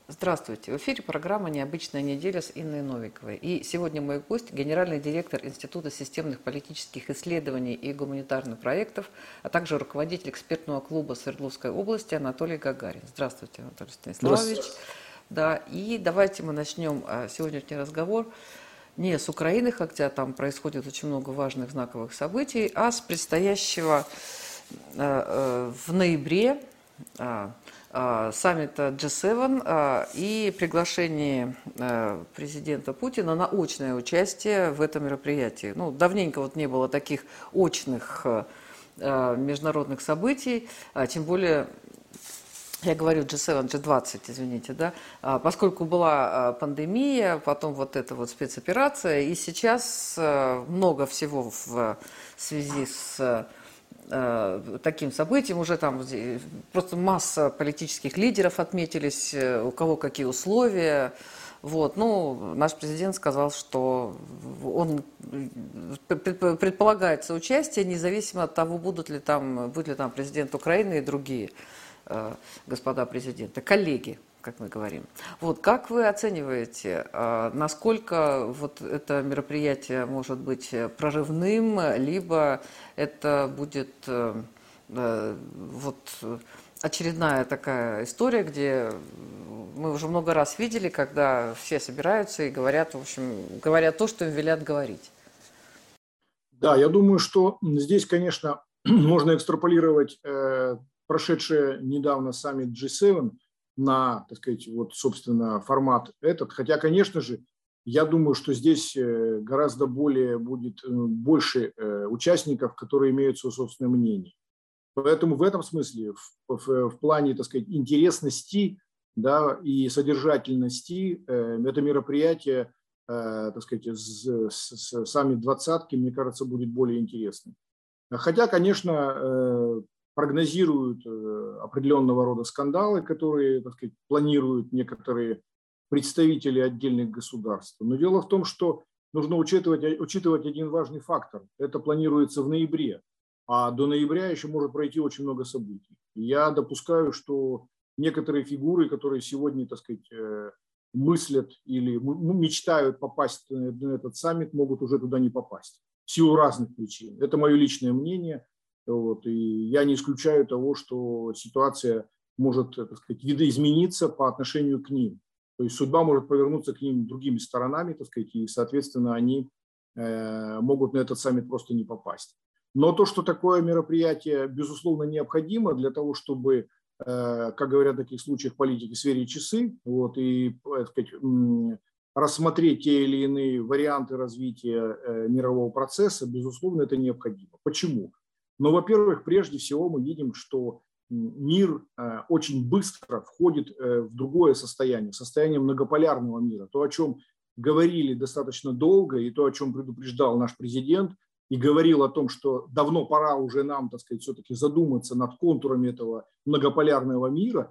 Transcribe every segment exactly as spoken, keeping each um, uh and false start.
Здравствуйте. В эфире программа «Необычная неделя» с Инной Новиковой. И сегодня мой гость – генеральный директор Института системных политических исследований и гуманитарных проектов, а также руководитель экспертного клуба Свердловской области Анатолий Гагарин. Здравствуйте, Анатолий Станиславович. Да, и давайте мы начнем сегодняшний разговор не с Украины, хотя там происходит очень много важных знаковых событий, а с предстоящего в ноябре саммита джи семь и приглашение президента Путина на очное участие в этом мероприятии. Ну, давненько вот не было таких очных международных событий, тем более, я говорю джи семь, джи двадцать, извините, да, поскольку была пандемия, потом вот эта вот спецоперация, и сейчас много всего в связи с таким событием, уже там просто масса политических лидеров отметились, у кого какие условия. Вот. Ну, наш президент сказал, что он предполагает соучастие, независимо от того, будут ли там, будет ли там президент Украины и другие э, господа президенты, коллеги, как мы говорим. Вот, как вы оцениваете, э, насколько вот это мероприятие может быть прорывным, либо это будет э, э, вот очередная такая история, где мы уже много раз видели, когда все собираются и говорят, в общем, говорят то, что им велят говорить. Да, я думаю, что здесь, конечно, можно экстраполировать э, прошедшее недавно саммит джи семь на, так сказать, вот, собственно, формат этот. Хотя, конечно же, я думаю, что здесь гораздо более будет больше э, участников, которые имеют свое собственное мнение. Поэтому в этом смысле, в, в, в плане, так сказать, интересности, да, и содержательности э, это мероприятие, э, так сказать, с, с, с саммит двадцатки, мне кажется, будет более интересным. Хотя, конечно, э, прогнозируют э, определенного рода скандалы, которые, так сказать, планируют некоторые представители отдельных государств. Но дело в том, что нужно учитывать, учитывать один важный фактор. Это планируется в ноябре. А до ноября еще может пройти очень много событий. Я допускаю, что некоторые фигуры, которые сегодня, так сказать, мыслят или мечтают попасть на этот саммит, могут уже туда не попасть. В силу разных причин. Это мое личное мнение. Вот, и я не исключаю того, что ситуация может, так сказать, видоизмениться по отношению к ним. То есть судьба может повернуться к ним другими сторонами, так сказать, и, соответственно, они э, могут на этот саммит просто не попасть. Но то, что такое мероприятие, безусловно, необходимо для того, чтобы, как говорят в таких случаях политики, сверить часы, вот, и, так сказать, рассмотреть те или иные варианты развития мирового процесса, безусловно, это необходимо. Почему? Ну, во-первых, прежде всего мы видим, что мир очень быстро входит в другое состояние, состояние многополярного мира. То, о чем говорили достаточно долго, и то, о чем предупреждал наш президент, и говорил о том, что давно пора уже нам, так сказать, все-таки задуматься над контурами этого многополярного мира,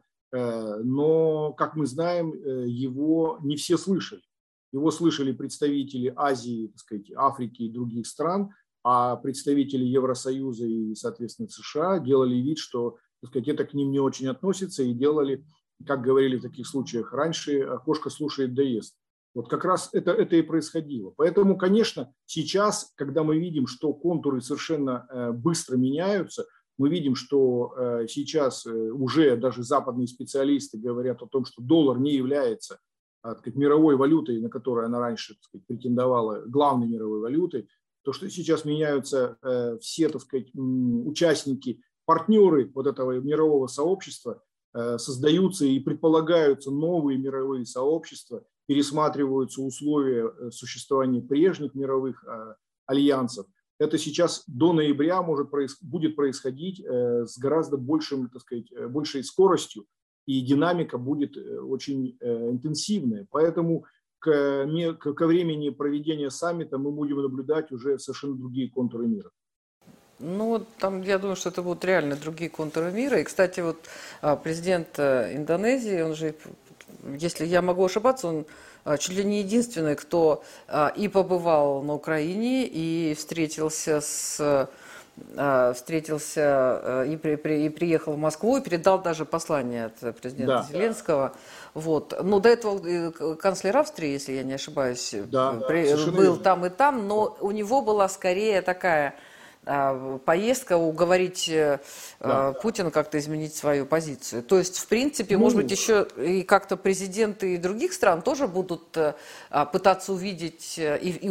но, как мы знаем, его не все слышали. Его слышали представители Азии, так сказать, Африки и других стран, а представители Евросоюза и, соответственно, США делали вид, что, так сказать, это к ним не очень относится, и делали, как говорили в таких случаях раньше, кошка слушает да ест. Вот как раз это, это и происходило. Поэтому, конечно, сейчас, когда мы видим, что контуры совершенно быстро меняются, мы видим, что сейчас уже даже западные специалисты говорят о том, что доллар не является, так сказать, мировой валютой, на которую она раньше, так сказать, претендовала, главной мировой валютой, то, что сейчас меняются все, так сказать, участники, партнеры вот этого мирового сообщества, создаются и предполагаются новые мировые сообщества, пересматриваются условия существования прежних мировых альянсов. Это сейчас до ноября может, будет происходить с гораздо большим, так сказать, большей скоростью, и динамика будет очень интенсивная. Поэтому к, ко времени проведения саммита мы будем наблюдать уже совершенно другие контуры мира. Ну, там, я думаю, что это будут реально другие контуры мира. И, кстати, вот президент Индонезии, он же, если я могу ошибаться, он чуть ли не единственный, кто и побывал на Украине, и встретился с встретился и, при, при, и приехал в Москву, и передал даже послание от президента Да. Зеленского. Вот. Но до этого канцлер Австрии, если я не ошибаюсь, Да, при, да, был верно. там и там, но у него была скорее такая поездка уговорить да. Путина как-то изменить свою позицию. То есть, в принципе, ну, может быть, еще и как-то президенты других стран тоже будут пытаться увидеть и, и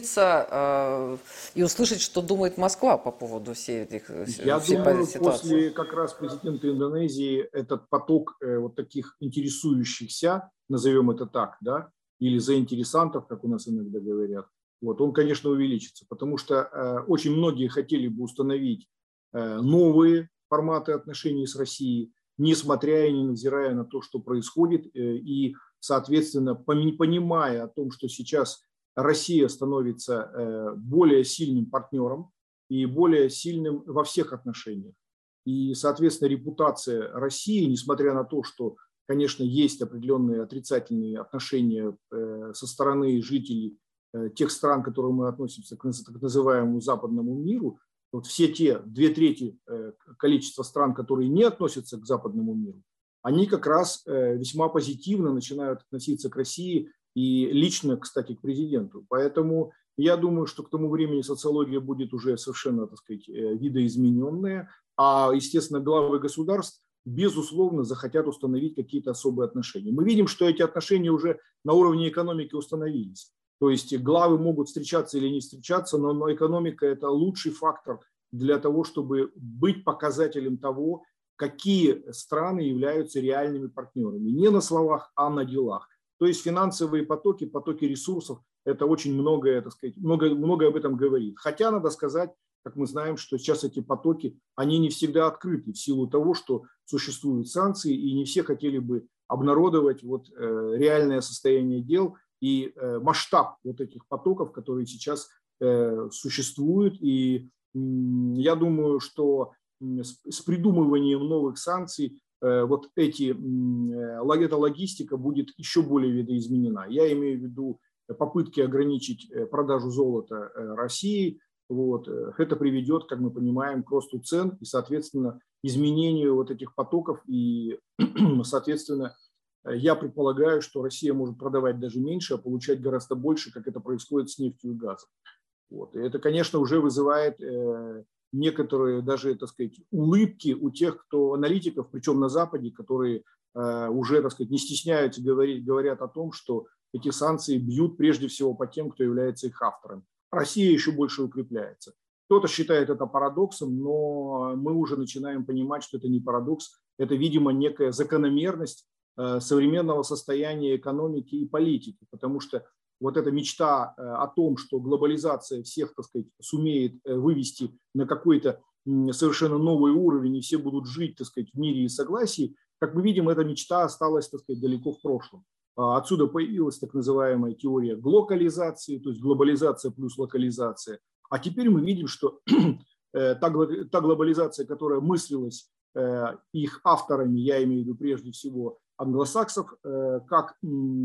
увидеться, и услышать, что думает Москва по поводу всей этих Я всей думаю, ситуации. после как раз президента Индонезии этот поток вот таких интересующихся, назовем это так, да, или заинтересантов, как у нас иногда говорят, вот, он, конечно, увеличится, потому что э, очень многие хотели бы установить э, новые форматы отношений с Россией, несмотря и не невзирая на то, что происходит, э, и, соответственно, понимая о том, что сейчас Россия становится э, более сильным партнером и более сильным во всех отношениях. И, соответственно, репутация России, несмотря на то, что, конечно, есть определенные отрицательные отношения э, со стороны жителей тех стран, к которым мы относимся, к так называемому западному миру, вот все те две трети количества стран, которые не относятся к западному миру, они как раз весьма позитивно начинают относиться к России и лично, кстати, к президенту. Поэтому я думаю, что к тому времени социология будет уже совершенно, так сказать, видоизмененная, а, естественно, главы государств, безусловно, захотят установить какие-то особые отношения. Мы видим, что эти отношения уже на уровне экономики установились. То есть главы могут встречаться или не встречаться, но, но экономика – это лучший фактор для того, чтобы быть показателем того, какие страны являются реальными партнерами. Не на словах, а на делах. То есть финансовые потоки, потоки ресурсов – это очень многое, так сказать, много, многое об этом говорит. Хотя надо сказать, как мы знаем, что сейчас эти потоки, они не всегда открыты в силу того, что существуют санкции, и не все хотели бы обнародовать вот, э, реальное состояние дел и э, масштаб вот этих потоков, которые сейчас э, существуют. И э, я думаю, что э, с, с придумыванием новых санкций э, вот эти, э, эта логистика будет еще более видоизменена. Я имею в виду попытки ограничить продажу золота России. Вот. Это приведет, как мы понимаем, к росту цен и, соответственно, изменению вот этих потоков. И, соответственно, я предполагаю, что Россия может продавать даже меньше, а получать гораздо больше, как это происходит с нефтью и газом. Вот. И это, конечно, уже вызывает э, некоторые даже, так сказать, улыбки у тех, кто аналитиков, причем на Западе, которые э, уже, так сказать, не стесняются говорить, говорят о том, что эти санкции бьют прежде всего по тем, кто является их автором. Россия еще больше укрепляется. Кто-то считает это парадоксом, но мы уже начинаем понимать, что это не парадокс, это, видимо, некая закономерность современного состояния экономики и политики, потому что вот эта мечта о том, что глобализация всех, так сказать, сумеет вывести на какой-то совершенно новый уровень, и все будут жить, так сказать, в мире и согласии, как мы видим, эта мечта осталась, так сказать, далеко в прошлом. Отсюда появилась так называемая теория глокализации, то есть глобализация плюс локализация. А теперь мы видим, что та глобализация, которая мыслилась их авторами, я имею в виду прежде всего англосаксов, как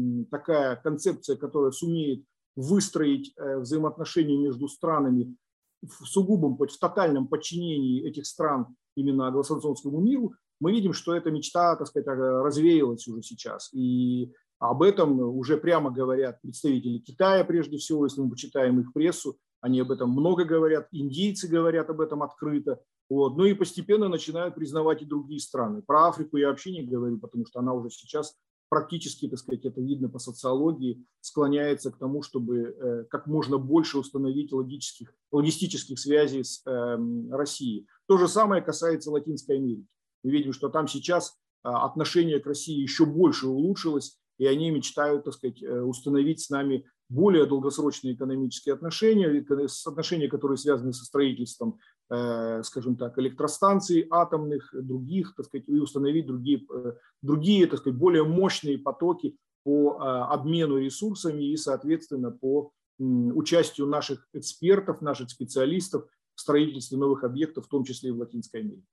такая концепция, которая сумеет выстроить взаимоотношения между странами в сугубом, в тотальном подчинении этих стран именно англосаксонскому миру, мы видим, что эта мечта, так сказать, развеялась уже сейчас. И об этом уже прямо говорят представители Китая, прежде всего, если мы почитаем их прессу, они об этом много говорят, индийцы говорят об этом открыто. Вот. Ну и постепенно начинают признавать и другие страны. Про Африку я вообще не говорю, потому что она уже сейчас практически, так сказать, это видно по социологии, склоняется к тому, чтобы э, как можно больше установить логических, логистических связей с э, Россией. То же самое касается Латинской Америки. Мы видим, что там сейчас э, отношение к России еще больше улучшилось, и они мечтают, так сказать, установить с нами более долгосрочные экономические отношения, отношения, которые связаны со строительством, скажем так, электростанций атомных, других, так сказать, и установить другие, другие, так сказать, более мощные потоки по обмену ресурсами и, соответственно, по участию наших экспертов, наших специалистов в строительстве новых объектов, в том числе и в Латинской Америке.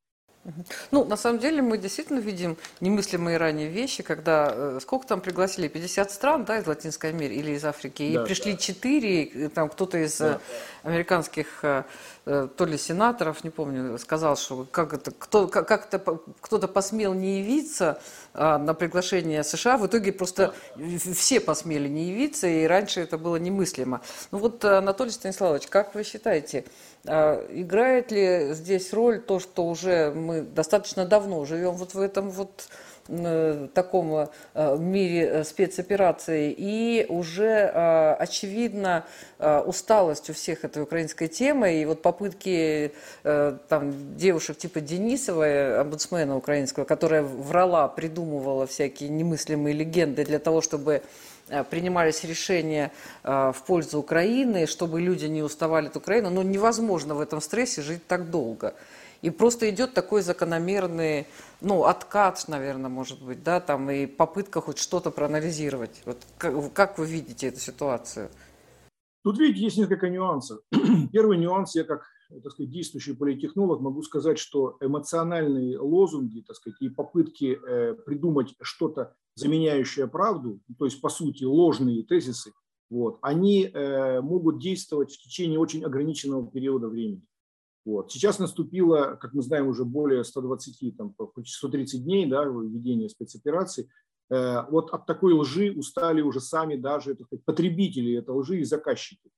Ну, на самом деле мы действительно видим немыслимые ранее вещи, когда э, сколько там пригласили, пятьдесят стран, да, из Латинской Америки или из Африки, и Да, пришли четыре, там кто-то из э, да. американских э, э, то ли сенаторов, не помню, сказал, что как это, кто, как, как это, по- кто-то посмел не явиться а, на приглашение США, в итоге просто в- все посмели не явиться, и раньше это было немыслимо. Ну вот, э, Анатолий Станиславович, как вы считаете, а играет ли здесь роль то, что уже мы достаточно давно живем вот в этом вот э, таком э, мире спецопераций, и уже э, очевидно э, усталость у всех этой украинской темы, и вот попытки э, там девушек типа Денисовой, омбудсмена украинского, которая врала, придумывала всякие немыслимые легенды для того, чтобы принимались решения в пользу Украины, чтобы люди не уставали от Украины, но невозможно в этом стрессе жить так долго. И просто идет такой закономерный, ну, откат, наверное, может быть, да, там, и попытка хоть что-то проанализировать. Вот как, как вы видите эту ситуацию? Тут, видите, есть несколько нюансов. Первый нюанс, я как, так сказать, действующий политтехнолог могу сказать, что эмоциональные лозунги, так сказать, и попытки э, придумать что-то, заменяющее правду, то есть, по сути, ложные тезисы, вот, они э, могут действовать в течение очень ограниченного периода времени. Вот. Сейчас наступило, как мы знаем, уже более ста двадцати, там, почти сто тридцать дней, да, введения спецоперации. Вот от такой лжи устали уже сами даже, так сказать, потребители этой лжи и заказчики.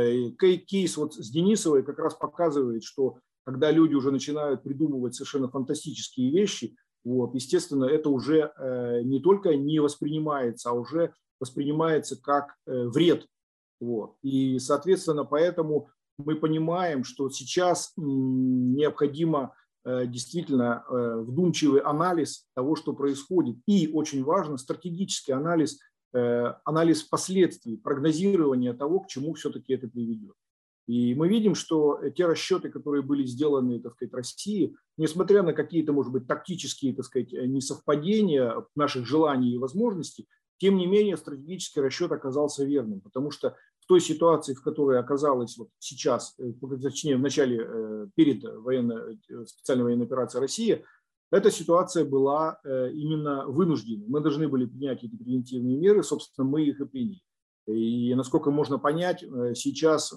Кейс вот с Денисовой как раз показывает, что когда люди уже начинают придумывать совершенно фантастические вещи, вот, естественно, это уже не только не воспринимается, а уже воспринимается как вред. Вот. И, соответственно, поэтому мы понимаем, что сейчас необходимо действительно вдумчивый анализ того, что происходит. И очень важно стратегический анализ, анализ последствий, прогнозирование того, к чему все-таки это приведет. И мы видим, что те расчеты, которые были сделаны, так сказать, России, несмотря на какие-то, может быть, тактические, так сказать, несовпадения наших желаний и возможностей, тем не менее стратегический расчет оказался верным, потому что в той ситуации, в которой оказалась вот сейчас, точнее, в начале, перед военной, специальной военной операцией Россия, эта ситуация была именно вынужденной. Мы должны были принять эти превентивные меры, собственно, мы их и приняли. И насколько можно понять, сейчас,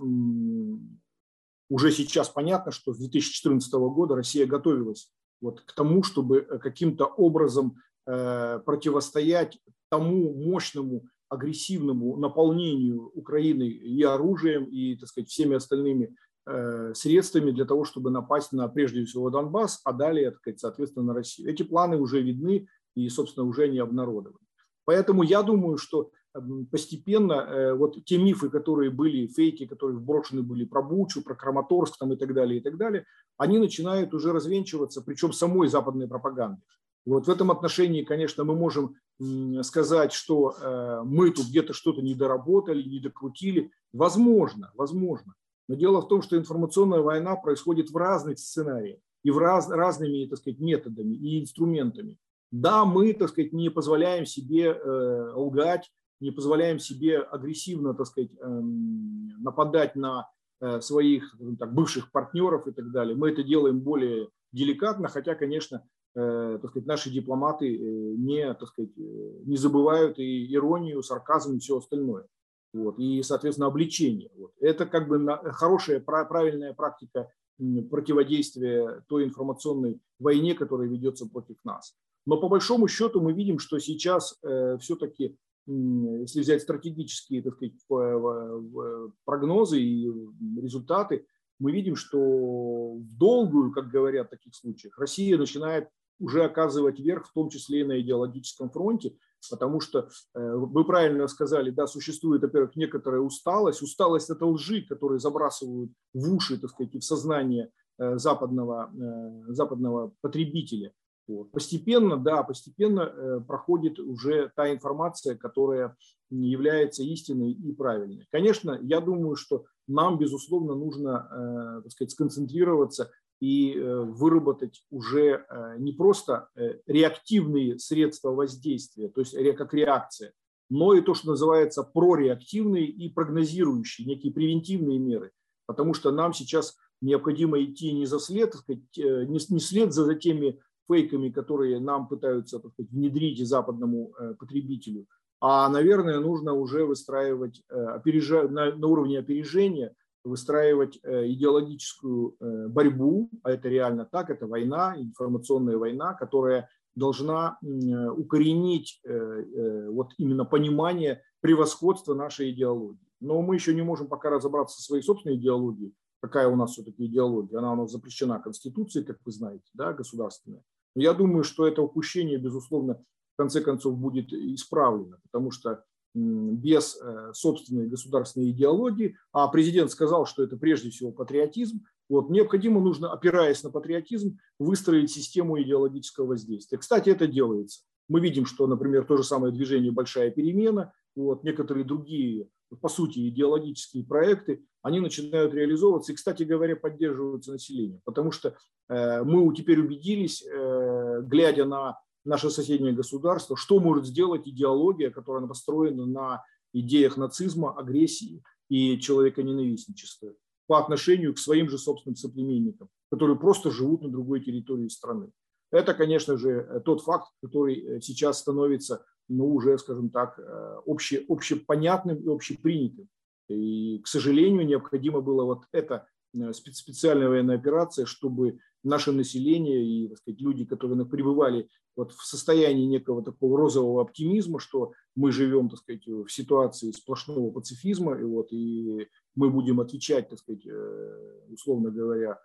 уже сейчас понятно, что с две тысячи четырнадцатого года Россия готовилась вот к тому, чтобы каким-то образом противостоять тому мощному агрессивному наполнению Украины и оружием, и, так сказать, всеми остальными э, средствами для того, чтобы напасть на, прежде всего, Донбасс, а далее, так сказать, соответственно, на Россию. Эти планы уже видны и, собственно, уже не обнародованы. Поэтому я думаю, что постепенно э, вот те мифы, которые были, фейки, которые вброшены были про Бучу, про Краматорск там, и так далее, и так далее, они начинают уже развенчиваться, причем самой западной пропагандой. Вот в этом отношении, конечно, мы можем сказать, что э, мы тут где-то что-то недоработали, недокрутили. Возможно, возможно. Но дело в том, что информационная война происходит в разных сценариях и в раз, разными, так сказать, методами и инструментами. Да, мы, так сказать, не позволяем себе э, лгать, не позволяем себе агрессивно, так сказать, э, нападать на э, своих так, бывших партнеров и так далее. Мы это делаем более деликатно, хотя, конечно, э, так сказать, наши дипломаты не, так сказать, не забывают и иронию, сарказм и все остальное. Вот, и, соответственно, обличение. Вот. Это как бы хорошая, правильная практика противодействия той информационной войне, которая ведется против нас. Но по большому счету мы видим, что сейчас э, все-таки, э, если взять стратегические, так сказать, прогнозы и результаты, мы видим, что в долгую, как говорят в таких случаях, Россия начинает уже оказывать верх, в том числе и на идеологическом фронте, потому что, вы правильно сказали, да, существует, во-первых, некоторая усталость, усталость от лжи, которые забрасывают в уши, так сказать, и в сознание западного, западного потребителя. Вот. Постепенно, да, постепенно проходит уже та информация, которая является истинной и правильной. Конечно, я думаю, что нам, безусловно, нужно, так сказать, сконцентрироваться и выработать уже не просто реактивные средства воздействия, то есть как реакция, но и то, что называется прореактивные и прогнозирующие, некие превентивные меры. Потому что нам сейчас необходимо идти не за след, так сказать, не, не след за теми фейками, которые нам пытаются, так сказать, внедрить западному потребителю, а, наверное, нужно уже выстраивать опережа, на, на уровне опережения, выстраивать идеологическую борьбу, а это реально так, это война, информационная война, которая должна укоренить вот именно понимание превосходства нашей идеологии. Но мы еще не можем пока разобраться со своей собственной идеологией, какая у нас все-таки идеология, она у нас запрещена Конституцией, как вы знаете, да, государственная. Но я думаю, что это упущение, безусловно, в конце концов будет исправлено, потому что без собственной государственной идеологии, а президент сказал, что это прежде всего патриотизм, вот, необходимо, нужно, опираясь на патриотизм, выстроить систему идеологического воздействия. Кстати, это делается. Мы видим, что, например, то же самое движение «Большая перемена», вот, некоторые другие, по сути, идеологические проекты, они начинают реализовываться и, кстати говоря, поддерживаются населением. Потому что э, мы теперь убедились, э, глядя на наше соседнее государство, что может сделать идеология, которая построена на идеях нацизма, агрессии и человеконенавистничества по отношению к своим же собственным соплеменникам, которые просто живут на другой территории страны. Это, конечно же, тот факт, который сейчас становится, ну, уже, скажем так, обще, общепонятным и общепринятым. И, к сожалению, необходимо было вот эта специальная военная операция, чтобы наше население и, так сказать, люди, которые пребывали вот в состоянии некого такого розового оптимизма, что мы живем, так сказать, в ситуации сплошного пацифизма, и, вот, и мы будем отвечать, так сказать, условно говоря,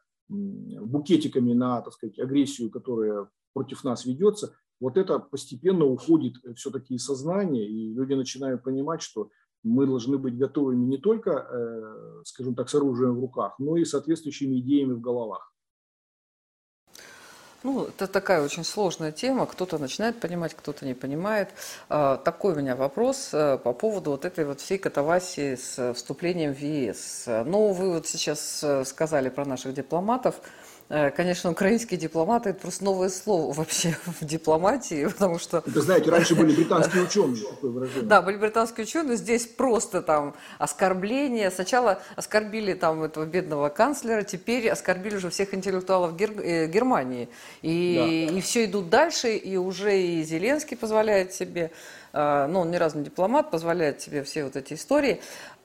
букетиками на, так сказать, агрессию, которая против нас ведется, вот это постепенно уходит все-таки из сознания, и люди начинают понимать, что мы должны быть готовыми не только, скажем так, с оружием в руках, но и соответствующими идеями в головах. Ну, это такая очень сложная тема. Кто-то начинает понимать, кто-то не понимает. Такой у меня вопрос по поводу вот этой вот всей катавасии с вступлением в ЕС. Ну, вы вот сейчас сказали про наших дипломатов. Конечно, украинские дипломаты – это просто новое слово вообще в дипломатии, потому что… Это, знаете, раньше были британские ученые, такое выражение. Да, были британские ученые, здесь просто там оскорбления. Сначала оскорбили там этого бедного канцлера, теперь оскорбили уже всех интеллектуалов Гер... Германии. И, да. и все идут дальше, и уже и Зеленский позволяет себе… Ну, он ни разу не дипломат, позволяет себе все вот эти истории.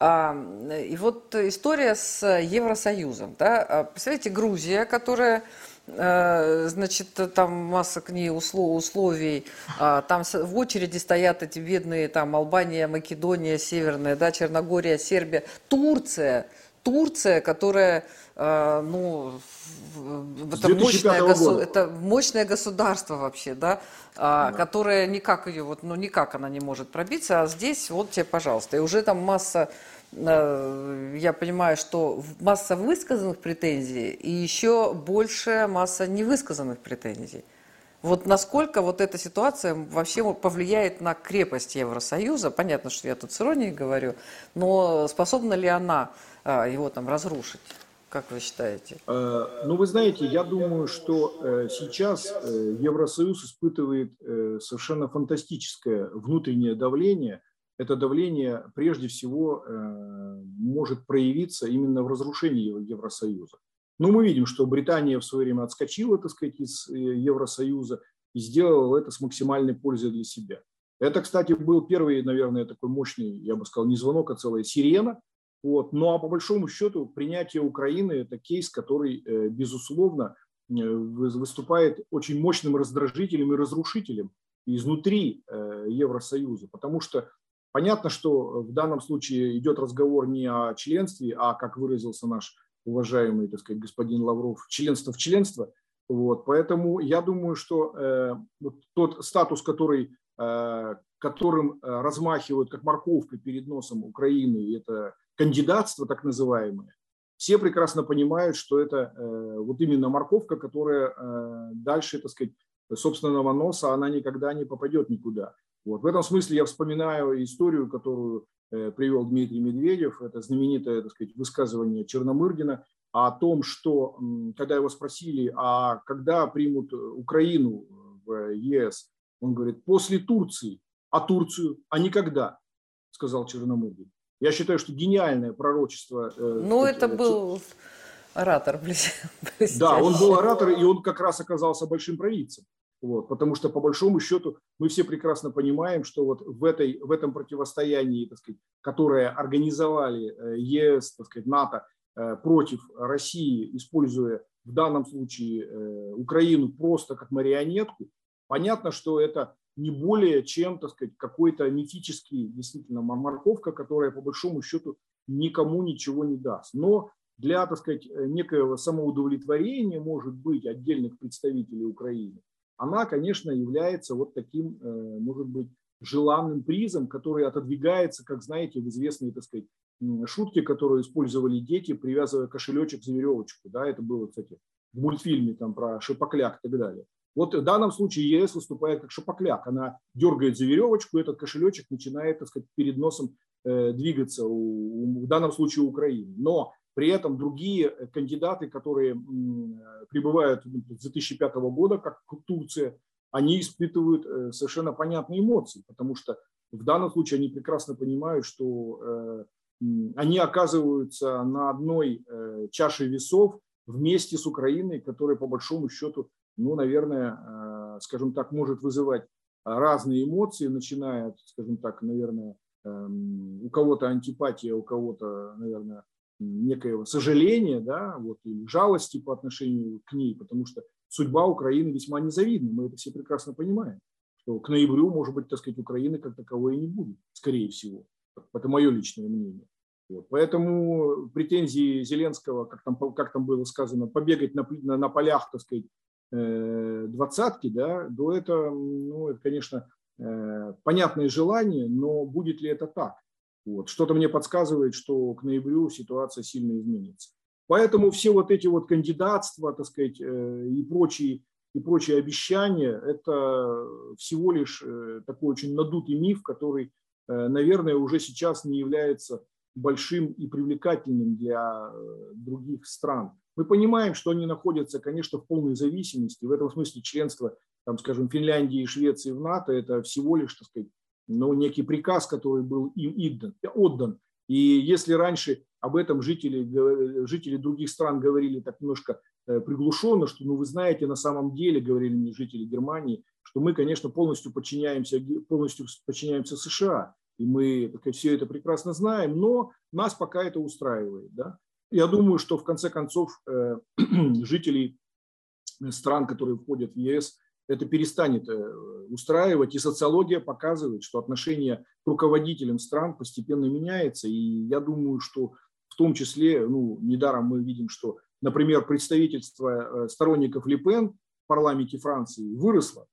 И вот история с Евросоюзом. Да? Представляете, Грузия, которая, значит, там масса к ней условий, там в очереди стоят эти бедные, там Албания, Македония, Северная, да, Черногория, Сербия, Турция, Турция, которая, ну, это мощное, госу... это мощное государство вообще, да, да. которое никак ее, вот, ну, никак она не может пробиться, а здесь вот тебе, пожалуйста. И уже там масса, я понимаю, что масса высказанных претензий и еще больше масса невысказанных претензий. Вот насколько вот эта ситуация вообще повлияет на крепость Евросоюза, понятно, что я тут с иронией говорю, но способна ли она его там разрушить? Как вы считаете? Ну, вы знаете, я думаю, что сейчас Евросоюз испытывает совершенно фантастическое внутреннее давление. Это давление прежде всего может проявиться именно в разрушении Евросоюза. Но мы видим, что Британия в свое время отскочила, так сказать, из Евросоюза и сделала это с максимальной пользой для себя. Это, кстати, был первый, наверное, такой мощный, я бы сказал, не звонок, а целая сирена. Вот. Ну а по большому счету принятие Украины – это кейс, который, безусловно, выступает очень мощным раздражителем и разрушителем изнутри Евросоюза. Потому что понятно, что в данном случае идет разговор не о членстве, а, как выразился наш уважаемый, так сказать, господин Лавров, членство в членство. Вот. Поэтому я думаю, что э, вот тот статус, который, э, которым размахивают как морковкой перед носом Украины, это кандидатство так называемое, все прекрасно понимают, что это э, вот именно морковка, которая э, дальше, так сказать, собственного носа, она никогда не попадет никуда. Вот. В этом смысле я вспоминаю историю, которую э, привел Дмитрий Медведев, это знаменитое, так сказать, высказывание Черномырдина о том, что, э, когда его спросили, а когда примут Украину в ЕС, он говорит, после Турции, а Турцию, а никогда, сказал Черномырдин. Я считаю, что гениальное пророчество. Ну, это был Оратор блестящий. Да, он был оратор, и он как раз оказался большим провидцем. Вот, потому что, по большому счету, мы все прекрасно понимаем, что вот в, этой, в этом противостоянии, так сказать, которое организовали ЕС, так сказать, НАТО против России, используя в данном случае Украину просто как марионетку, понятно, что это не более чем, так сказать, какой-то мифический, действительно, морковка, которая, по большому счету, никому ничего не даст. Но для, так сказать, некоего самоудовлетворения, может быть, отдельных представителей Украины, она, конечно, является вот таким, может быть, желанным призом, который отодвигается, как знаете, в известные, так сказать, шутки, которые использовали дети, привязывая кошелечек за веревочку. Да, это было, кстати, в мультфильме там, про Шапокляк и так далее. Вот в данном случае ЕС выступает как Шапокляк. Она дергает за веревочку, этот кошелечек начинает, так сказать, перед носом э, двигаться, у, в данном случае у Украины. Но при этом другие кандидаты, которые м, прибывают с две тысячи пятого года, как Турция, они испытывают э, совершенно понятные эмоции, потому что в данном случае они прекрасно понимают, что э, они оказываются на одной э, чаше весов вместе с Украиной, которая по большому счету, ну, наверное, э, скажем так, может вызывать разные эмоции, начиная, скажем так, наверное, э, у кого-то антипатия, у кого-то, наверное, некоего сожаления, да, вот, или жалости по отношению к ней, потому что судьба Украины весьма незавидна, мы это все прекрасно понимаем, что к ноябрю, может быть, так сказать, Украины как таковой и не будет, скорее всего. Это мое личное мнение. Вот. Поэтому претензии Зеленского, как там, как там было сказано, побегать на, на, на полях, так сказать, двадцатки, да, до этого, ну, это, конечно, понятное желание, но будет ли это так? Вот. Что-то мне подсказывает, что к ноябрю ситуация сильно изменится. Поэтому все вот эти вот кандидатства, так сказать, и прочие, и прочие обещания, это всего лишь такой очень надутый миф, который, наверное, уже сейчас не является большим и привлекательным для других стран. Мы понимаем, что они находятся, конечно, в полной зависимости. В этом смысле членство, там, скажем, Финляндии и Швеции в НАТО – это всего лишь, так сказать, ну, некий приказ, который был им отдан. И если раньше об этом жители, жители других стран говорили так немножко приглушенно, что, ну, вы знаете, на самом деле, говорили мне жители Германии, что мы, конечно, полностью подчиняемся, полностью подчиняемся США. И мы, так сказать, все это прекрасно знаем, но нас пока это устраивает. Да? Я думаю, что в конце концов э, жителей стран, которые входят в ЕС, это перестанет устраивать, и социология показывает, что отношение к руководителям стран постепенно меняется, и я думаю, что в том числе, ну, недаром мы видим, что, например, представительство сторонников Ле Пен в парламенте Франции выросло,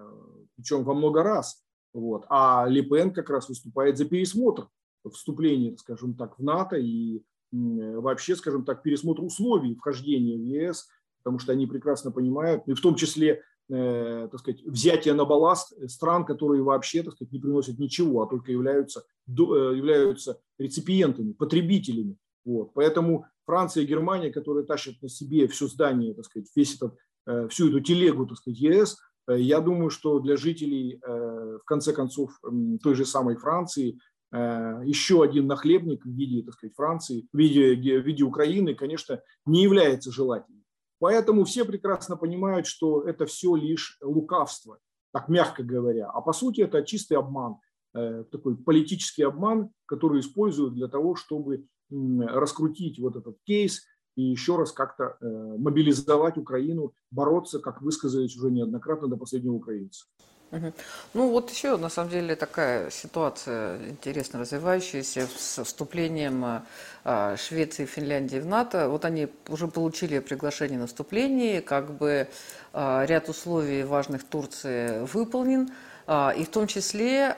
причем во много раз, вот, а Ле Пен как раз выступает за пересмотр вступления, скажем так, в НАТО и вообще, скажем так, пересмотр условий вхождения в ЕС, потому что они прекрасно понимают, и в том числе, э, так сказать, взятие на балласт стран, которые вообще, так сказать, не приносят ничего, а только являются, до, э, являются реципиентами, потребителями. Вот. Поэтому Франция и Германия, которые тащат на себе все здание, так сказать, весь этот, э, всю эту телегу, так сказать, ЕС, э, я думаю, что для жителей, э, в конце концов, э, той же самой Франции, э, еще один нахлебник в виде, так сказать, Франции, в виде, в виде Украины, конечно, не является желательным. Поэтому все прекрасно понимают, что это все лишь лукавство, так мягко говоря. А по сути это чистый обман, такой политический обман, который используют для того, чтобы раскрутить вот этот кейс и еще раз как-то мобилизовать Украину, бороться, как высказались уже неоднократно, до последнего украинца. Угу. Ну вот еще на самом деле такая ситуация интересно развивающаяся с вступлением а, Швеции и Финляндии в НАТО. Вот они уже получили приглашение на вступление, как бы а, ряд условий важных Турции выполнен. И в том числе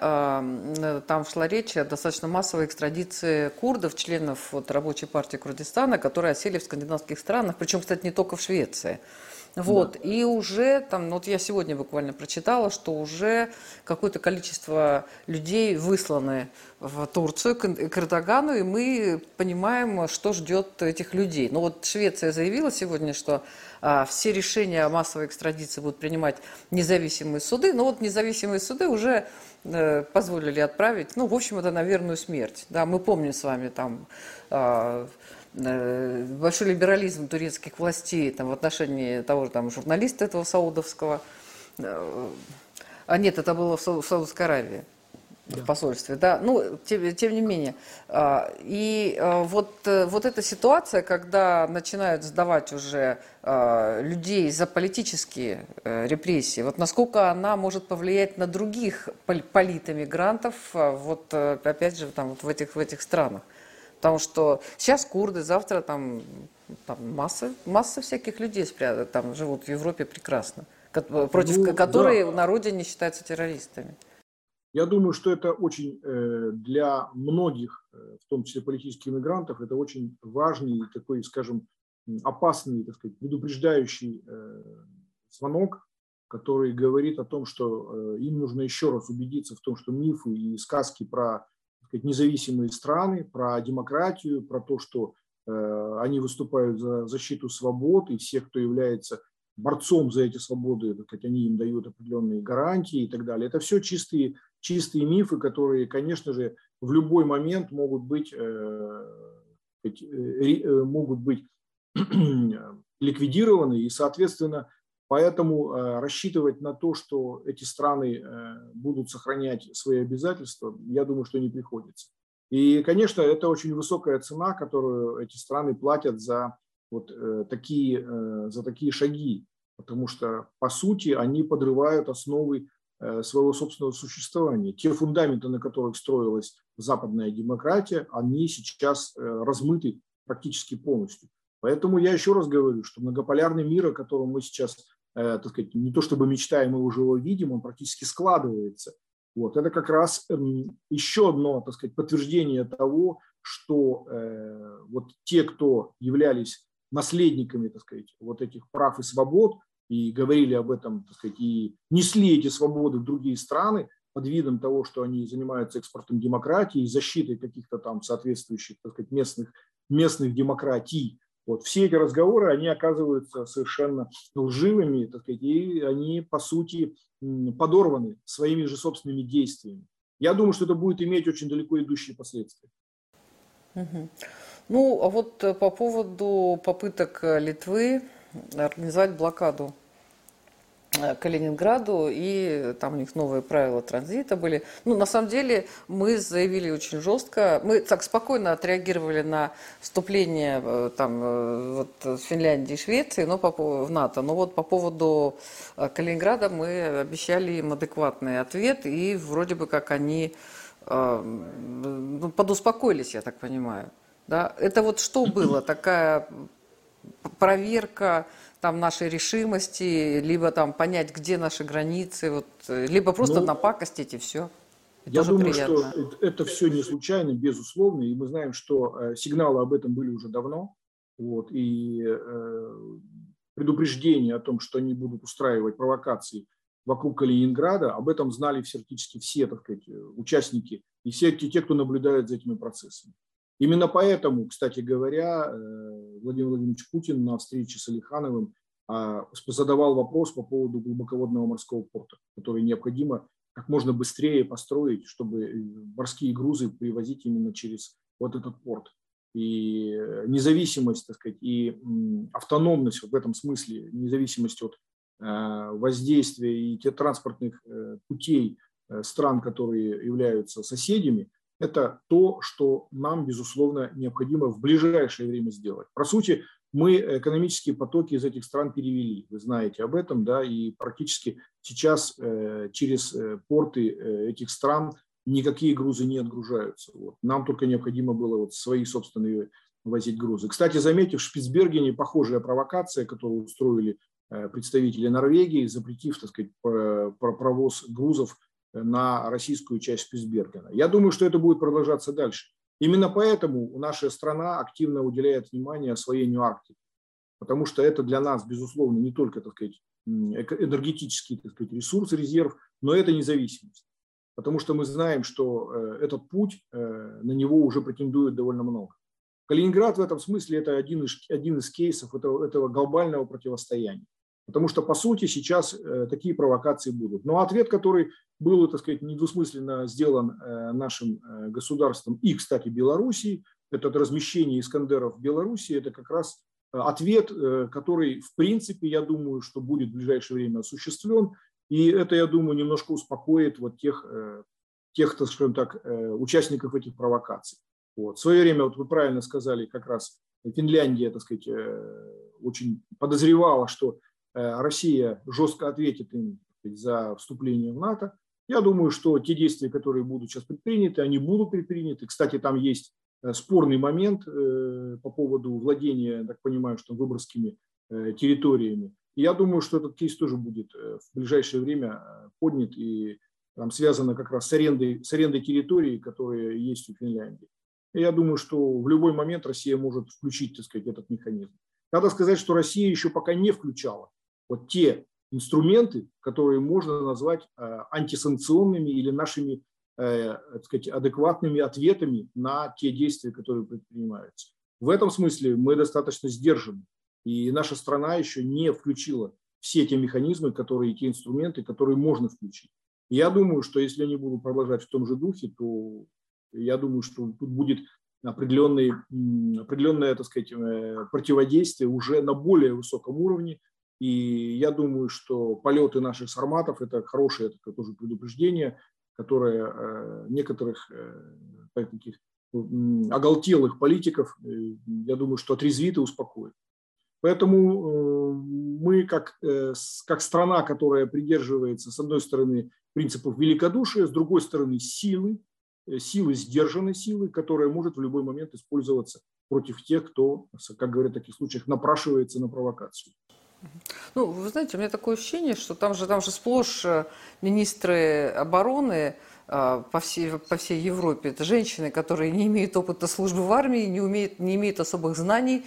там шла речь о достаточно массовой экстрадиции курдов, членов вот, рабочей партии Курдистана, которые осели в скандинавских странах, причем, кстати, не только в Швеции. Вот, да. И уже там, вот я сегодня буквально прочитала, что уже какое-то количество людей высланы в Турцию, к Эрдогану, и мы понимаем, что ждет этих людей. Ну вот Швеция заявила сегодня, что а, все решения о массовой экстрадиции будут принимать независимые суды, но вот независимые суды уже э, позволили отправить, ну, в общем, это на верную смерть. Да, мы помним с вами там... А, большой либерализм турецких властей там, в отношении того же там, журналиста этого саудовского. А нет, это было в Саудовской Аравии. В посольстве, да. Ну, тем, тем не менее. И вот, вот эта ситуация, когда начинают сдавать уже людей за политические репрессии, вот насколько она может повлиять на других политэмигрантов, вот опять же, там, вот в, этих, в этих странах. Потому что сейчас курды, завтра там, там масса, масса всяких людей спрятаны, там живут в Европе прекрасно, против ну, которые да. на родине считаются террористами. Я думаю, что это очень для многих, в том числе политических иммигрантов, это очень важный такой, скажем, опасный, так сказать, предупреждающий звонок, который говорит о том, что им нужно еще раз убедиться в том, что мифы и сказки про, так сказать, независимые страны, про демократию, про то, что они выступают за защиту свобод и всех, кто является борцом за эти свободы, так сказать, они им дают определенные гарантии и так далее. Это все чистые, чистые мифы, которые, конечно же, в любой момент могут быть, могут быть ликвидированы. И, соответственно, поэтому рассчитывать на то, что эти страны будут сохранять свои обязательства, я думаю, что не приходится. И, конечно, это очень высокая цена, которую эти страны платят за вот э, такие, э, за такие шаги, потому что, по сути, они подрывают основы э, своего собственного существования. Те фундаменты, на которых строилась западная демократия, они сейчас э, размыты практически полностью. Поэтому я еще раз говорю, что многополярный мир, о котором мы сейчас, э, так сказать, не то чтобы мечтаем, мы уже его видим, он практически складывается. Вот. Это как раз э, еще одно, так сказать, подтверждение того, что э, вот те, кто являлись наследниками, так сказать, вот этих прав и свобод, и говорили об этом, так сказать, и несли эти свободы в другие страны под видом того, что они занимаются экспортом демократии и защитой каких-то там соответствующих, так сказать, местных, местных демократий. Вот. Все эти разговоры, они оказываются совершенно лживыми, так сказать, и они, по сути, подорваны своими же собственными действиями. Я думаю, что это будет иметь очень далеко идущие последствия. Угу. Ну, а вот по поводу попыток Литвы организовать блокаду Калининграду, и там у них новые правила транзита были. Ну, на самом деле, мы заявили очень жестко, мы так спокойно отреагировали на вступление там, вот, Финляндии и Швеции, но по, в НАТО. Но вот по поводу Калининграда мы обещали им адекватный ответ, и вроде бы как они э, подуспокоились, я так понимаю. Да? Это вот что было? Такая проверка там, нашей решимости, либо там понять, где наши границы, вот, либо просто ну, напакостить и все. И я думаю, приятно. Что это, это все не случайно, безусловно, и мы знаем, что э, сигналы об этом были уже давно, вот, и э, предупреждение о том, что они будут устраивать провокации вокруг Калининграда, об этом знали практически все, так сказать, участники и все те, кто наблюдает за этими процессами. Именно поэтому, кстати говоря, Владимир Владимирович Путин на встрече с Алихановым задавал вопрос по поводу глубоководного морского порта, который необходимо как можно быстрее построить, чтобы морские грузы привозить именно через вот этот порт. И независимость, так сказать, и автономность в этом смысле, независимость от воздействия и тех транспортных путей стран, которые являются соседями, это то, что нам, безусловно, необходимо в ближайшее время сделать. По сути, мы экономические потоки из этих стран перевели, вы знаете об этом, да, и практически сейчас э, через порты этих стран никакие грузы не отгружаются. Вот. Нам только необходимо было вот свои собственные возить грузы. Кстати, заметив, в Шпицбергене похожая провокация, которую устроили э, представители Норвегии, запретив, так сказать, провоз грузов на российскую часть Шпицбергена. Я думаю, что это будет продолжаться дальше. Именно поэтому наша страна активно уделяет внимание освоению Арктики, потому что это для нас, безусловно, не только, так сказать, энергетический, так сказать, ресурс, резерв, но это независимость. Потому что мы знаем, что этот путь, на него уже претендует довольно много. Калининград в этом смысле это один из, один из кейсов этого, этого глобального противостояния. Потому что, по сути, сейчас э, такие провокации будут. Но ответ, который был, так сказать, недвусмысленно сделан э, нашим э, государством и, кстати, Белоруссией, это размещение «Искандеров» в Беларуси, это как раз ответ, который, в принципе, я думаю, что будет в ближайшее время осуществлен. И это, я думаю, немножко успокоит вот тех, тех, так скажем так, участников этих провокаций. Вот. В свое время, вот вы правильно сказали, как раз Финляндия, так сказать, очень подозревала, что Россия жестко ответит им за вступление в НАТО. Я думаю, что те действия, которые будут сейчас предприняты, они будут предприняты. Кстати, там есть спорный момент по поводу владения, я так понимаю, что выборгскими территориями. И я думаю, что этот кейс тоже будет в ближайшее время поднят и там связано как раз с арендой, с арендой территорий, которые есть у Финляндии. И я думаю, что в любой момент Россия может включить, так сказать, этот механизм. Надо сказать, что Россия еще пока не включала вот те инструменты, которые можно назвать антисанкционными или нашими, так сказать, адекватными ответами на те действия, которые предпринимаются. В этом смысле мы достаточно сдержаны. И наша страна еще не включила все те механизмы, которые, те инструменты, которые можно включить. И я думаю, что если они будут продолжать в том же духе, то я думаю, что тут будет определенное, определенное, так сказать, противодействие уже на более высоком уровне. И я думаю, что полеты наших сарматов – это хорошее это тоже предупреждение, которое некоторых таких оголтелых политиков, я думаю, что отрезвит и успокоит. Поэтому мы, как, как страна, которая придерживается, с одной стороны, принципов великодушия, с другой стороны, силы, силы, сдержанной силы, которая может в любой момент использоваться против тех, кто, как говорят в таких случаях, напрашивается на провокацию. Ну, вы знаете, у меня такое ощущение, что там же, там же сплошь министры обороны по всей, по всей Европе. Это женщины, которые не имеют опыта службы в армии, не, умеют, не имеют особых знаний.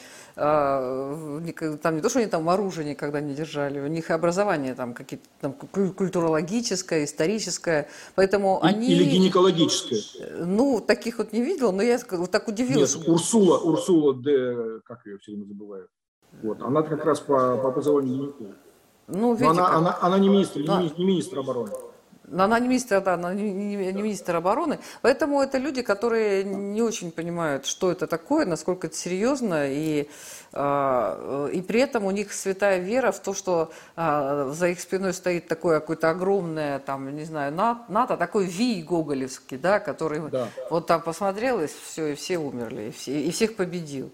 Там не то, что они там оружие никогда не держали, у них образование там какие-то там культурологическое, историческое. Поэтому и, они... Или гинекологическое. Ну, таких вот не видела, но я вот так удивилась. Нет, Урсула, Урсула, де, как ее все время забываю. Вот, она как раз по, по образованию гинеколога. Ну, видите, она, как... она, она не министр, но... не, не министр обороны. Она не министр, да, она не, не, не министр обороны. Поэтому это люди, которые не очень понимают, что это такое, насколько это серьезно. И, э, и при этом у них святая вера в то, что э, за их спиной стоит такое какое-то огромное, там, не знаю, НАТО, такой вий гоголевский, да, который да. Вот там посмотрел, и все, и все умерли, и, все, и всех победил.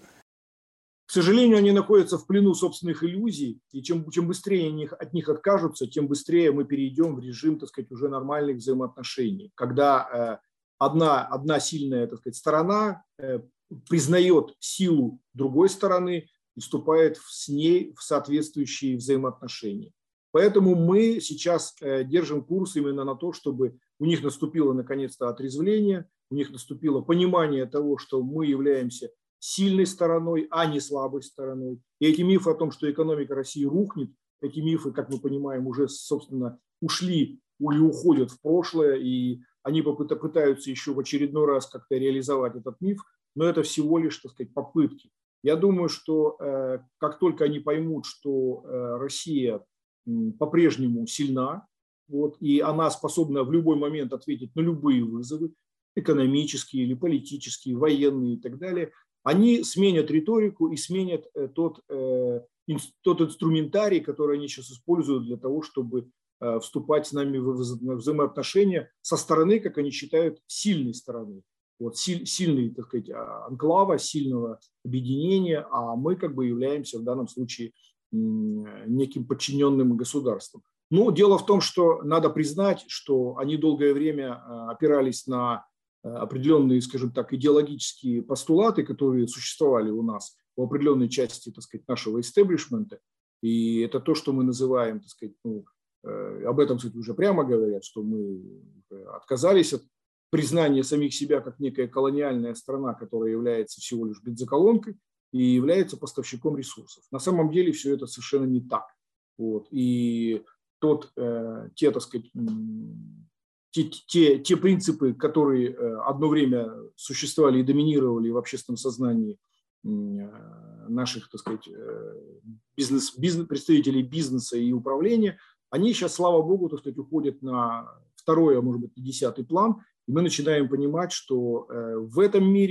К сожалению, они находятся в плену собственных иллюзий, и чем, чем быстрее они от них откажутся, тем быстрее мы перейдем в режим, так сказать, уже нормальных взаимоотношений, когда э, одна, одна сильная, так сказать, сторона э, признает силу другой стороны и вступает с ней в соответствующие взаимоотношения. Поэтому мы сейчас э, держим курс именно на то, чтобы у них наступило наконец-то отрезвление, у них наступило понимание того, что мы являемся сильной стороной, а не слабой стороной. И эти мифы о том, что экономика России рухнет, эти мифы, как мы понимаем, уже, собственно, ушли или уходят в прошлое, и они пытаются еще в очередной раз как-то реализовать этот миф, но это всего лишь, так сказать, попытки. Я думаю, что э, как только они поймут, что э, Россия э, по-прежнему сильна, вот, и она способна в любой момент ответить на любые вызовы, экономические или политические, военные и так далее, они сменят риторику и сменят тот, тот инструментарий, который они сейчас используют для того, чтобы вступать с нами в взаимоотношения со стороны, как они считают, сильной стороны. Вот, сильной, так сказать, анклава, сильного объединения, а мы как бы являемся в данном случае неким подчиненным государством. Но дело в том, что надо признать, что они долгое время опирались на определенные, скажем так, идеологические постулаты, которые существовали у нас в определенной части, так сказать, нашего истеблишмента. И это то, что мы называем, так сказать, ну, э, об этом, кстати, уже прямо говорят, что мы отказались от признания самих себя как некая колониальная страна, которая является всего лишь бензоколонкой и является поставщиком ресурсов. На самом деле все это совершенно не так. Вот. И тот, э, те, так сказать, Те, те, те принципы, которые одно время существовали и доминировали в общественном сознании наших, так сказать, бизнес, бизнес, представителей бизнеса и управления, они сейчас, слава богу, так сказать, уходят на второй, а может быть, и десятый план, и мы начинаем понимать, что в этом мире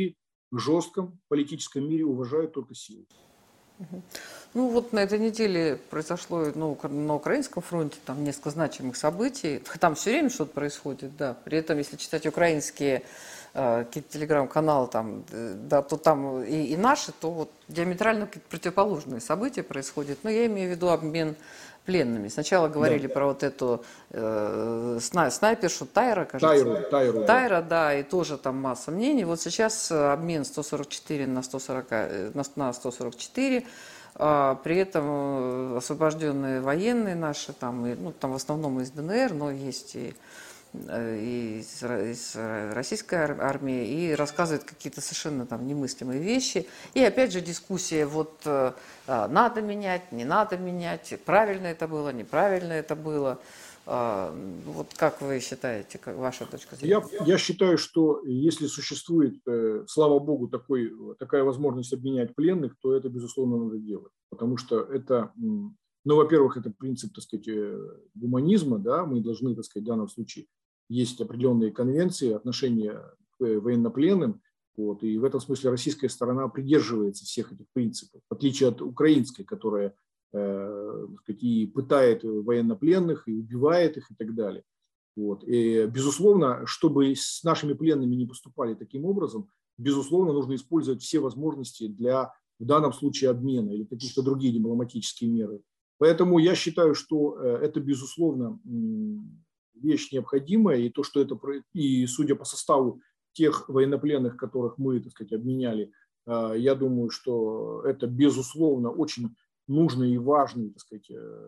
в жестком политическом мире уважают только силу. Ну вот на этой неделе произошло ну, на украинском фронте там несколько значимых событий. Там все время что-то происходит, да. При этом, если читать украинские э, какие-то телеграм-каналы, там, да, то там и, и наши, то вот диаметрально противоположные события происходят. Но я имею в виду обмен пленными. Сначала говорили да. про вот эту э, снайпершу Тайра, кажется. Тайру, Тайру. Тайра, да, и тоже там масса мнений. Вот сейчас обмен сто сорок четыре на сто сорок, на сто сорок четыре. А, при этом освобожденные военные наши, там, и, ну, там в основном из ДНР, но есть и, и из, из российской армии, и рассказывают какие-то совершенно там немыслимые вещи. И опять же дискуссия, вот а, надо менять, не надо менять, правильно это было, неправильно это было. А, вот как вы считаете, как ваша точка зрения? Я, я считаю, что если существует, э, слава богу, такой, такая возможность обменять пленных, то это, безусловно, надо делать. Потому что это, ну, во-первых, это принцип, так сказать, гуманизма, да, мы должны, так сказать, в данном случае есть определенные конвенции, отношения к военнопленным, вот, и в этом смысле российская сторона придерживается всех этих принципов, в отличие от украинской, которая и пытает военнопленных, и убивает их, и так далее. Вот. И, безусловно, чтобы с нашими пленными не поступали таким образом, безусловно, нужно использовать все возможности для, в данном случае, обмена или каких-то других дипломатических меры. Поэтому я считаю, что это, безусловно, вещь необходимая, и то, что это, и судя по составу тех военнопленных, которых мы, так сказать, обменяли, я думаю, что это, безусловно, очень нужная и важная, так сказать,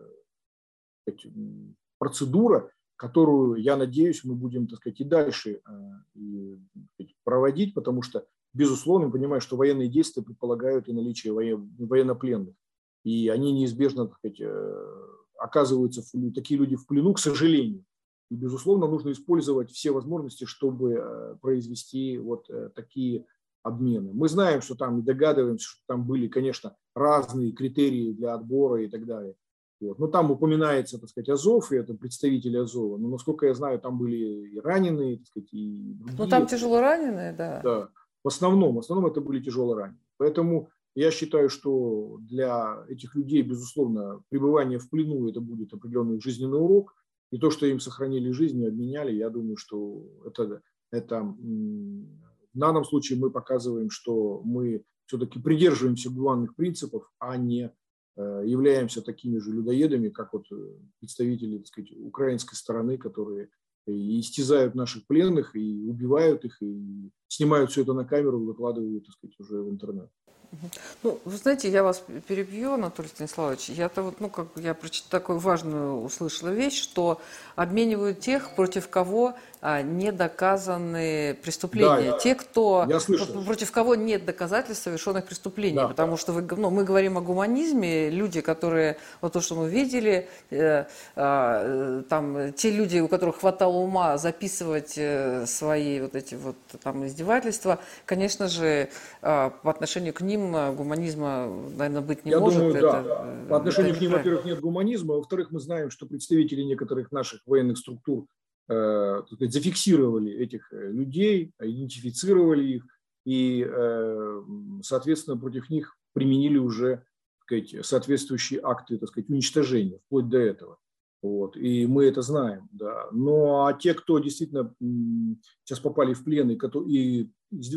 процедура, которую, я надеюсь, мы будем, так сказать, и дальше проводить, потому что, безусловно, понимаю, что военные действия предполагают и наличие военнопленных, и они неизбежно, так сказать, оказываются, такие люди в плену, к сожалению. И, безусловно, нужно использовать все возможности, чтобы произвести вот такие обмены. Мы знаем, что там, и догадываемся, что там были, конечно, разные критерии для отбора и так далее. Вот. Но там упоминается, так сказать, Азов, и это представители Азова. Но, насколько я знаю, там были и раненые, так сказать, и другие. Ну, там тяжело раненые, да. Да. В основном, в основном это были тяжело раненые. Поэтому я считаю, что для этих людей, безусловно, пребывание в плену – это будет определенный жизненный урок. И то, что им сохранили жизнь и обменяли, я думаю, что это, это в данном случае мы показываем, что мы все-таки придерживаемся гуманных принципов, а не являемся такими же людоедами, как вот представители, так сказать, украинской стороны, которые и истязают наших пленных, и убивают их, и снимают все это на камеру, выкладывают, так сказать, уже в интернет. Ну, вы знаете, я вас перебью, Анатолий Станиславович. Я-то вот, ну, как я прочитала такую важную, услышала вещь, что обменивают тех, против кого а, не доказаны преступления. Да, Те, кто, против кого нет доказательств совершенных преступлений. Да. Потому что вы, ну, мы говорим о гуманизме. Люди, которые, вот то, что мы видели, э, э, там, те люди, у которых хватало ума записывать э, свои вот эти вот там издевательства, конечно же, э, по отношению к ним гуманизма, наверное, быть не Я может. Думаю, это, да. По отношению к ним, во-первых, нет гуманизма, во-вторых, мы знаем, что представители некоторых наших военных структур э, так сказать, зафиксировали этих людей, идентифицировали их и, э, соответственно, против них применили уже, так сказать, соответствующие акты, так сказать, уничтожения, вплоть до этого. Вот. И мы это знаем. Да. Но а те, кто действительно сейчас попали в плен и, и,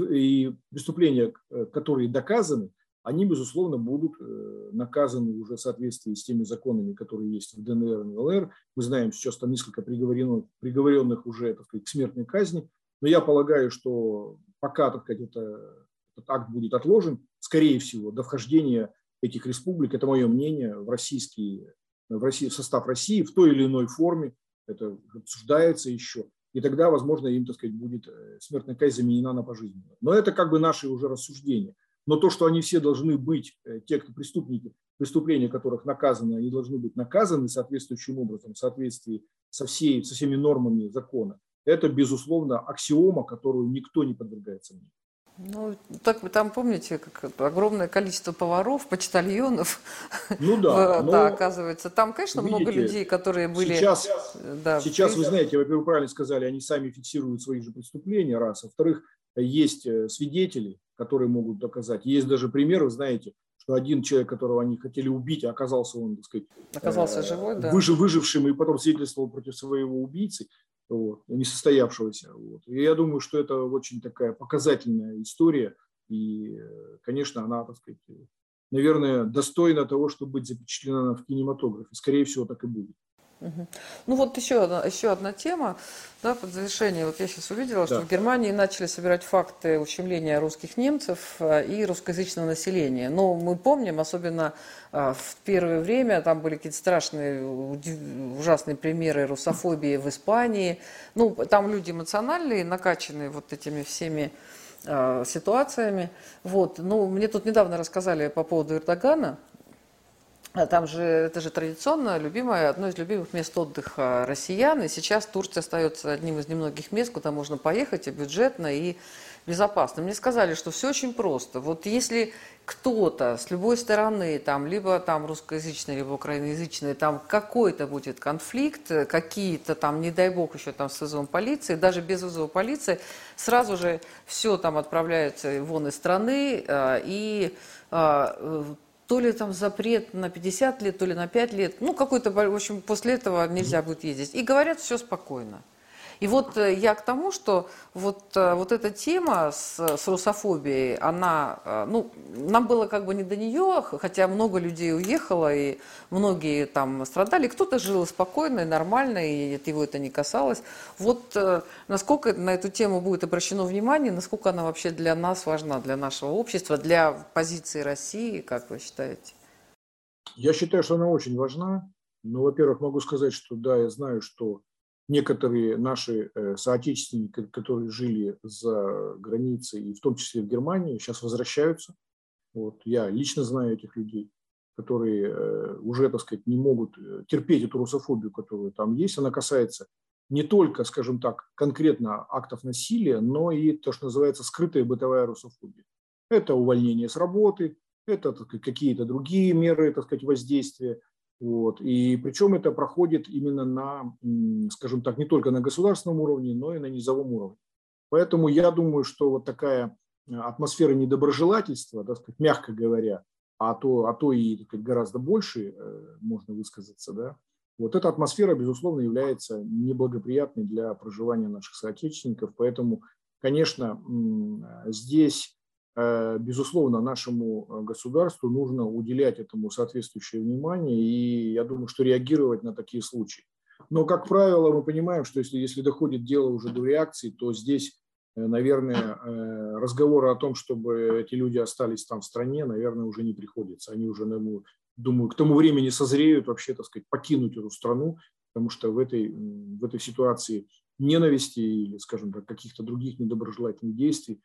и преступления, которые доказаны, они, безусловно, будут наказаны уже в соответствии с теми законами, которые есть в ДНР и ЛНР. Мы знаем, сейчас там несколько приговоренных, приговоренных уже, так сказать, к смертной казни. Но я полагаю, что пока, так сказать, это, этот акт будет отложен, скорее всего, до вхождения этих республик, это мое мнение, в российские в, России, в состав России в той или иной форме, это обсуждается еще, и тогда, возможно, им, так сказать, будет смертная казнь заменена на пожизненную. Но это как бы наши уже рассуждения. Но то, что они все должны быть, те, кто преступники, преступления которых наказаны, они должны быть наказаны соответствующим образом, в соответствии со, всей, со всеми нормами закона, это, безусловно, аксиома, которую никто не подвергает сомнению. Ну, так вы там помните, как огромное количество поваров, почтальонов, ну да, да, оказывается. Там, конечно, видите, много людей, которые были... Сейчас, да, сейчас вы знаете, во-первых, правильно сказали, они сами фиксируют свои же преступления, раз. Во-вторых, есть свидетели, которые могут доказать. Есть даже примеры, знаете, что один человек, которого они хотели убить, оказался он, так сказать, Оказался живой, да. выжив, выжившим и потом свидетельствовал против своего убийцы, вот, несостоявшегося. Вот. И я думаю, что это очень такая показательная история, и, конечно, она, так сказать, наверное, достойна того, чтобы быть запечатлена в кинематографе. Скорее всего, так и будет. Угу. Ну вот еще одна, еще одна тема, да, под завершение. Вот я сейчас увидела, Да. что в Германии начали собирать факты ущемления русских немцев и русскоязычного населения. Но мы помним, особенно в первое время, там были какие-то страшные, ужасные примеры русофобии в Испании. Ну, там люди эмоциональные, накачанные вот этими всеми ситуациями. Вот. Ну, мне тут недавно рассказали по поводу Эрдогана. Там же, это же традиционно любимое, одно из любимых мест отдыха россиян. И сейчас Турция остается одним из немногих мест, куда можно поехать и бюджетно, и безопасно. Мне сказали, что все очень просто. Вот если кто-то с любой стороны, там, либо там русскоязычный, либо украиноязычный, там какой-то будет конфликт, какие-то там, не дай бог, еще там с вызовом полиции, даже без вызова полиции, сразу же все там отправляется вон из страны, и то ли там запрет на пятьдесят лет, то ли на пять лет. Ну, какой-то, в общем, после этого нельзя будет ездить. И говорят, все спокойно. И вот я к тому, что вот, вот эта тема с, с русофобией, она, ну, нам было как бы не до нее, хотя много людей уехало, и многие там страдали. Кто-то жил спокойно и нормально, и его это не касалось. Вот насколько на эту тему будет обращено внимание, насколько она вообще для нас важна, для нашего общества, для позиции России, как вы считаете? Я считаю, что она очень важна. Ну, во-первых, могу сказать, что да, я знаю, что некоторые наши соотечественники, которые жили за границей, и в том числе в Германии, сейчас возвращаются. Вот. Я лично знаю этих людей, которые уже, так сказать, не могут терпеть эту русофобию, которая там есть. Она касается не только, скажем так, конкретно актов насилия, но и то, что называется скрытая бытовая русофобия. Это увольнение с работы, это, так сказать, какие-то другие меры, так сказать, воздействия. Вот. И причем это проходит именно на, скажем так, не только на государственном уровне, но и на низовом уровне. Поэтому я думаю, что вот такая атмосфера недоброжелательства, так сказать, мягко говоря, а то, а то и, так сказать, гораздо больше можно высказаться, да, вот эта атмосфера, безусловно, является неблагоприятной для проживания наших соотечественников. Поэтому, конечно, здесь, безусловно, нашему государству нужно уделять этому соответствующее внимание, и я думаю, что реагировать на такие случаи. Но, как правило, мы понимаем, что если, если доходит дело уже до реакции, то здесь, наверное, разговоры о том, чтобы эти люди остались там в стране, наверное, уже не приходится. Они уже, думаю, к тому времени созреют вообще, так сказать, покинуть эту страну, потому что в этой, в этой ситуации ненависти или, скажем так, каких-то других недоброжелательных действий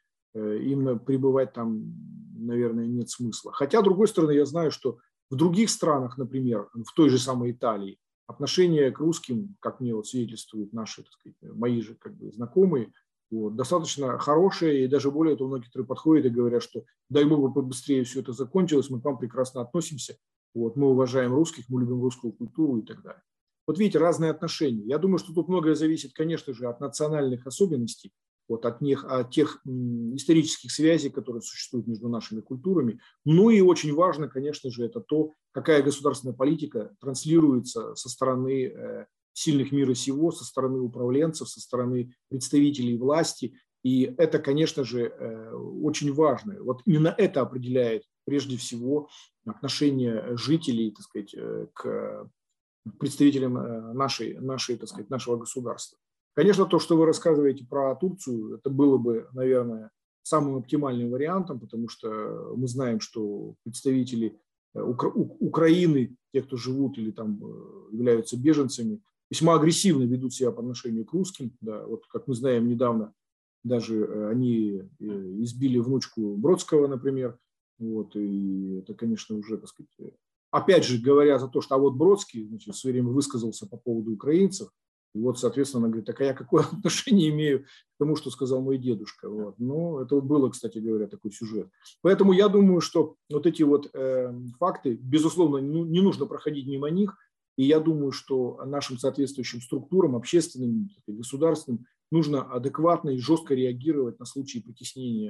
им пребывать там, наверное, нет смысла. Хотя, с другой стороны, я знаю, что в других странах, например, в той же самой Италии, отношение к русским, как мне вот свидетельствуют наши, так сказать, мои же как бы знакомые, вот, достаточно хорошее, и даже более того, многие, которые подходят и говорят, что дай бог бы побыстрее все это закончилось, мы к вам прекрасно относимся, вот, мы уважаем русских, мы любим русскую культуру и так далее. Вот видите, разные отношения. Я думаю, что тут многое зависит, конечно же, от национальных особенностей, вот, от, них, от тех м, исторических связей, которые существуют между нашими культурами. Ну и очень важно, конечно же, это то, какая государственная политика транслируется со стороны э, сильных мира сего, со стороны управленцев, со стороны представителей власти. И это, конечно же, э, очень важно. Вот именно это определяет прежде всего отношение жителей, так сказать, э, к представителям э, нашей, нашей, так сказать, нашего государства. Конечно, то, что вы рассказываете про Турцию, это было бы, наверное, самым оптимальным вариантом, потому что мы знаем, что представители Укра- Украины, те, кто живут или там являются беженцами, весьма агрессивно ведут себя по отношению к русским. Да, вот, как мы знаем, недавно даже они избили внучку Бродского, например. Вот, и это, конечно, уже, так сказать, опять же, говоря за то, что а вот Бродский, значит, в свое время высказался по поводу украинцев, и вот, соответственно, она говорит, так а я какое отношение имею к тому, что сказал мой дедушка. Вот. Ну, это было, кстати говоря, такой сюжет. Поэтому я думаю, что вот эти вот э, факты, безусловно, не, не нужно проходить мимо них. И я думаю, что нашим соответствующим структурам, общественным, государственным, нужно адекватно и жестко реагировать на случаи притеснения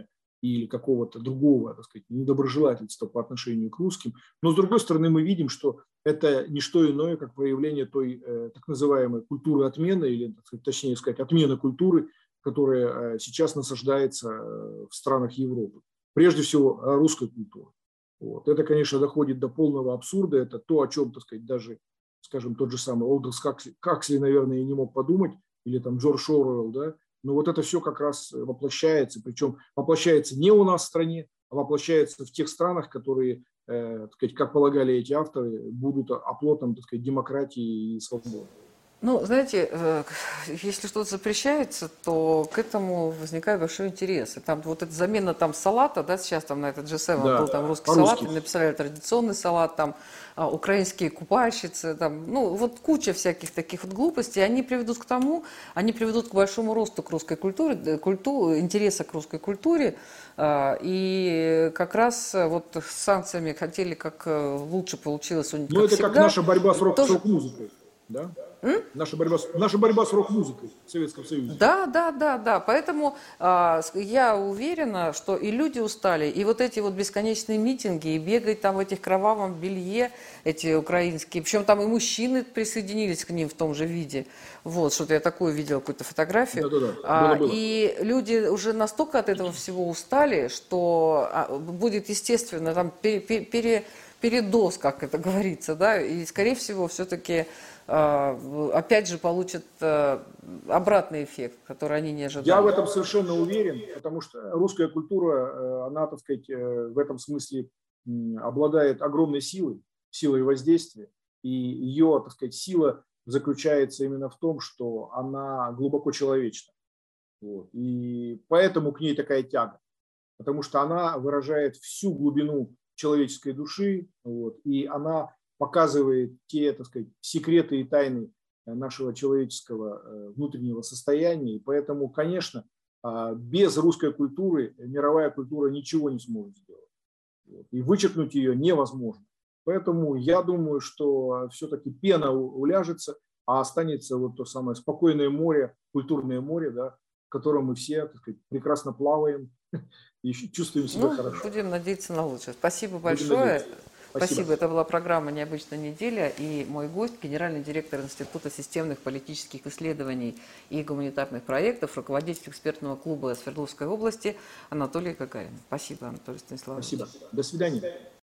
или какого-то другого, так сказать, недоброжелательства по отношению к русским. Но, с другой стороны, мы видим, что это не что иное, как проявление той э, так называемой культуры отмены, или, так сказать, точнее сказать, отмены культуры, которая э, сейчас насаждается э, в странах Европы. Прежде всего, русской культуры. Вот. Это, конечно, доходит до полного абсурда. Это то, о чем, так сказать, даже, скажем, тот же самый Олдос Каксли, Каксли, наверное, и не мог подумать, или там Джордж Оруэлл, да, но вот это все как раз воплощается, причем воплощается не у нас в стране, а воплощается в тех странах, которые, э, так сказать, как полагали эти авторы, будут оплотом, так сказать, демократии и свободы. Ну, знаете, если что-то запрещается, то к этому возникает большой интерес. И там вот эта замена там салата, да, сейчас там на этот джи семь да, был там русский салат, написали традиционный салат, там украинские купальщицы, там, ну, вот куча всяких таких вот глупостей, они приведут к тому, они приведут к большому росту к русской культуре, культу, интереса к русской культуре, и как раз вот с санкциями хотели, как лучше получилось у них, ну, это всегда. Как наша борьба с рок-музыкой. Да? М? Наша борьба, наша борьба с рок-музыкой в Советском Союзе. Да, да, да, да. Поэтому а, я уверена, что и люди устали, и вот эти вот бесконечные митинги, и бегать там в этих кровавом белье, эти украинские, причем там и мужчины присоединились к ним в том же виде. Вот, что-то я такое видела, какую-то фотографию. Да, да, да. А, было, было. И люди уже настолько от этого всего устали, что а, будет, естественно, там пере, пере, передоз, как это говорится, да, и, скорее всего, все-таки опять же получат обратный эффект, который они не ожидали. Я в этом совершенно уверен, потому что русская культура, она, так сказать, в этом смысле обладает огромной силой, силой воздействия, и ее, так сказать, сила заключается именно в том, что она глубоко человечна. Вот. И поэтому к ней такая тяга, потому что она выражает всю глубину человеческой души, вот, и она показывает те, так сказать, секреты и тайны нашего человеческого внутреннего состояния. И поэтому, конечно, без русской культуры мировая культура ничего не сможет сделать. И вычеркнуть ее невозможно. Поэтому я думаю, что все-таки пена уляжется, а останется вот то самое спокойное море, культурное море, да, в котором мы все, так сказать, прекрасно плаваем и чувствуем себя ну, хорошо. Будем надеяться на лучшее. Спасибо большое. Спасибо. Спасибо. Это была программа «Необычная неделя». И мой гость, генеральный директор Института системных политических исследований и гуманитарных проектов, руководитель экспертного клуба Свердловской области Анатолий Гагарин. Спасибо, Анатолий Станиславович. Спасибо. До свидания.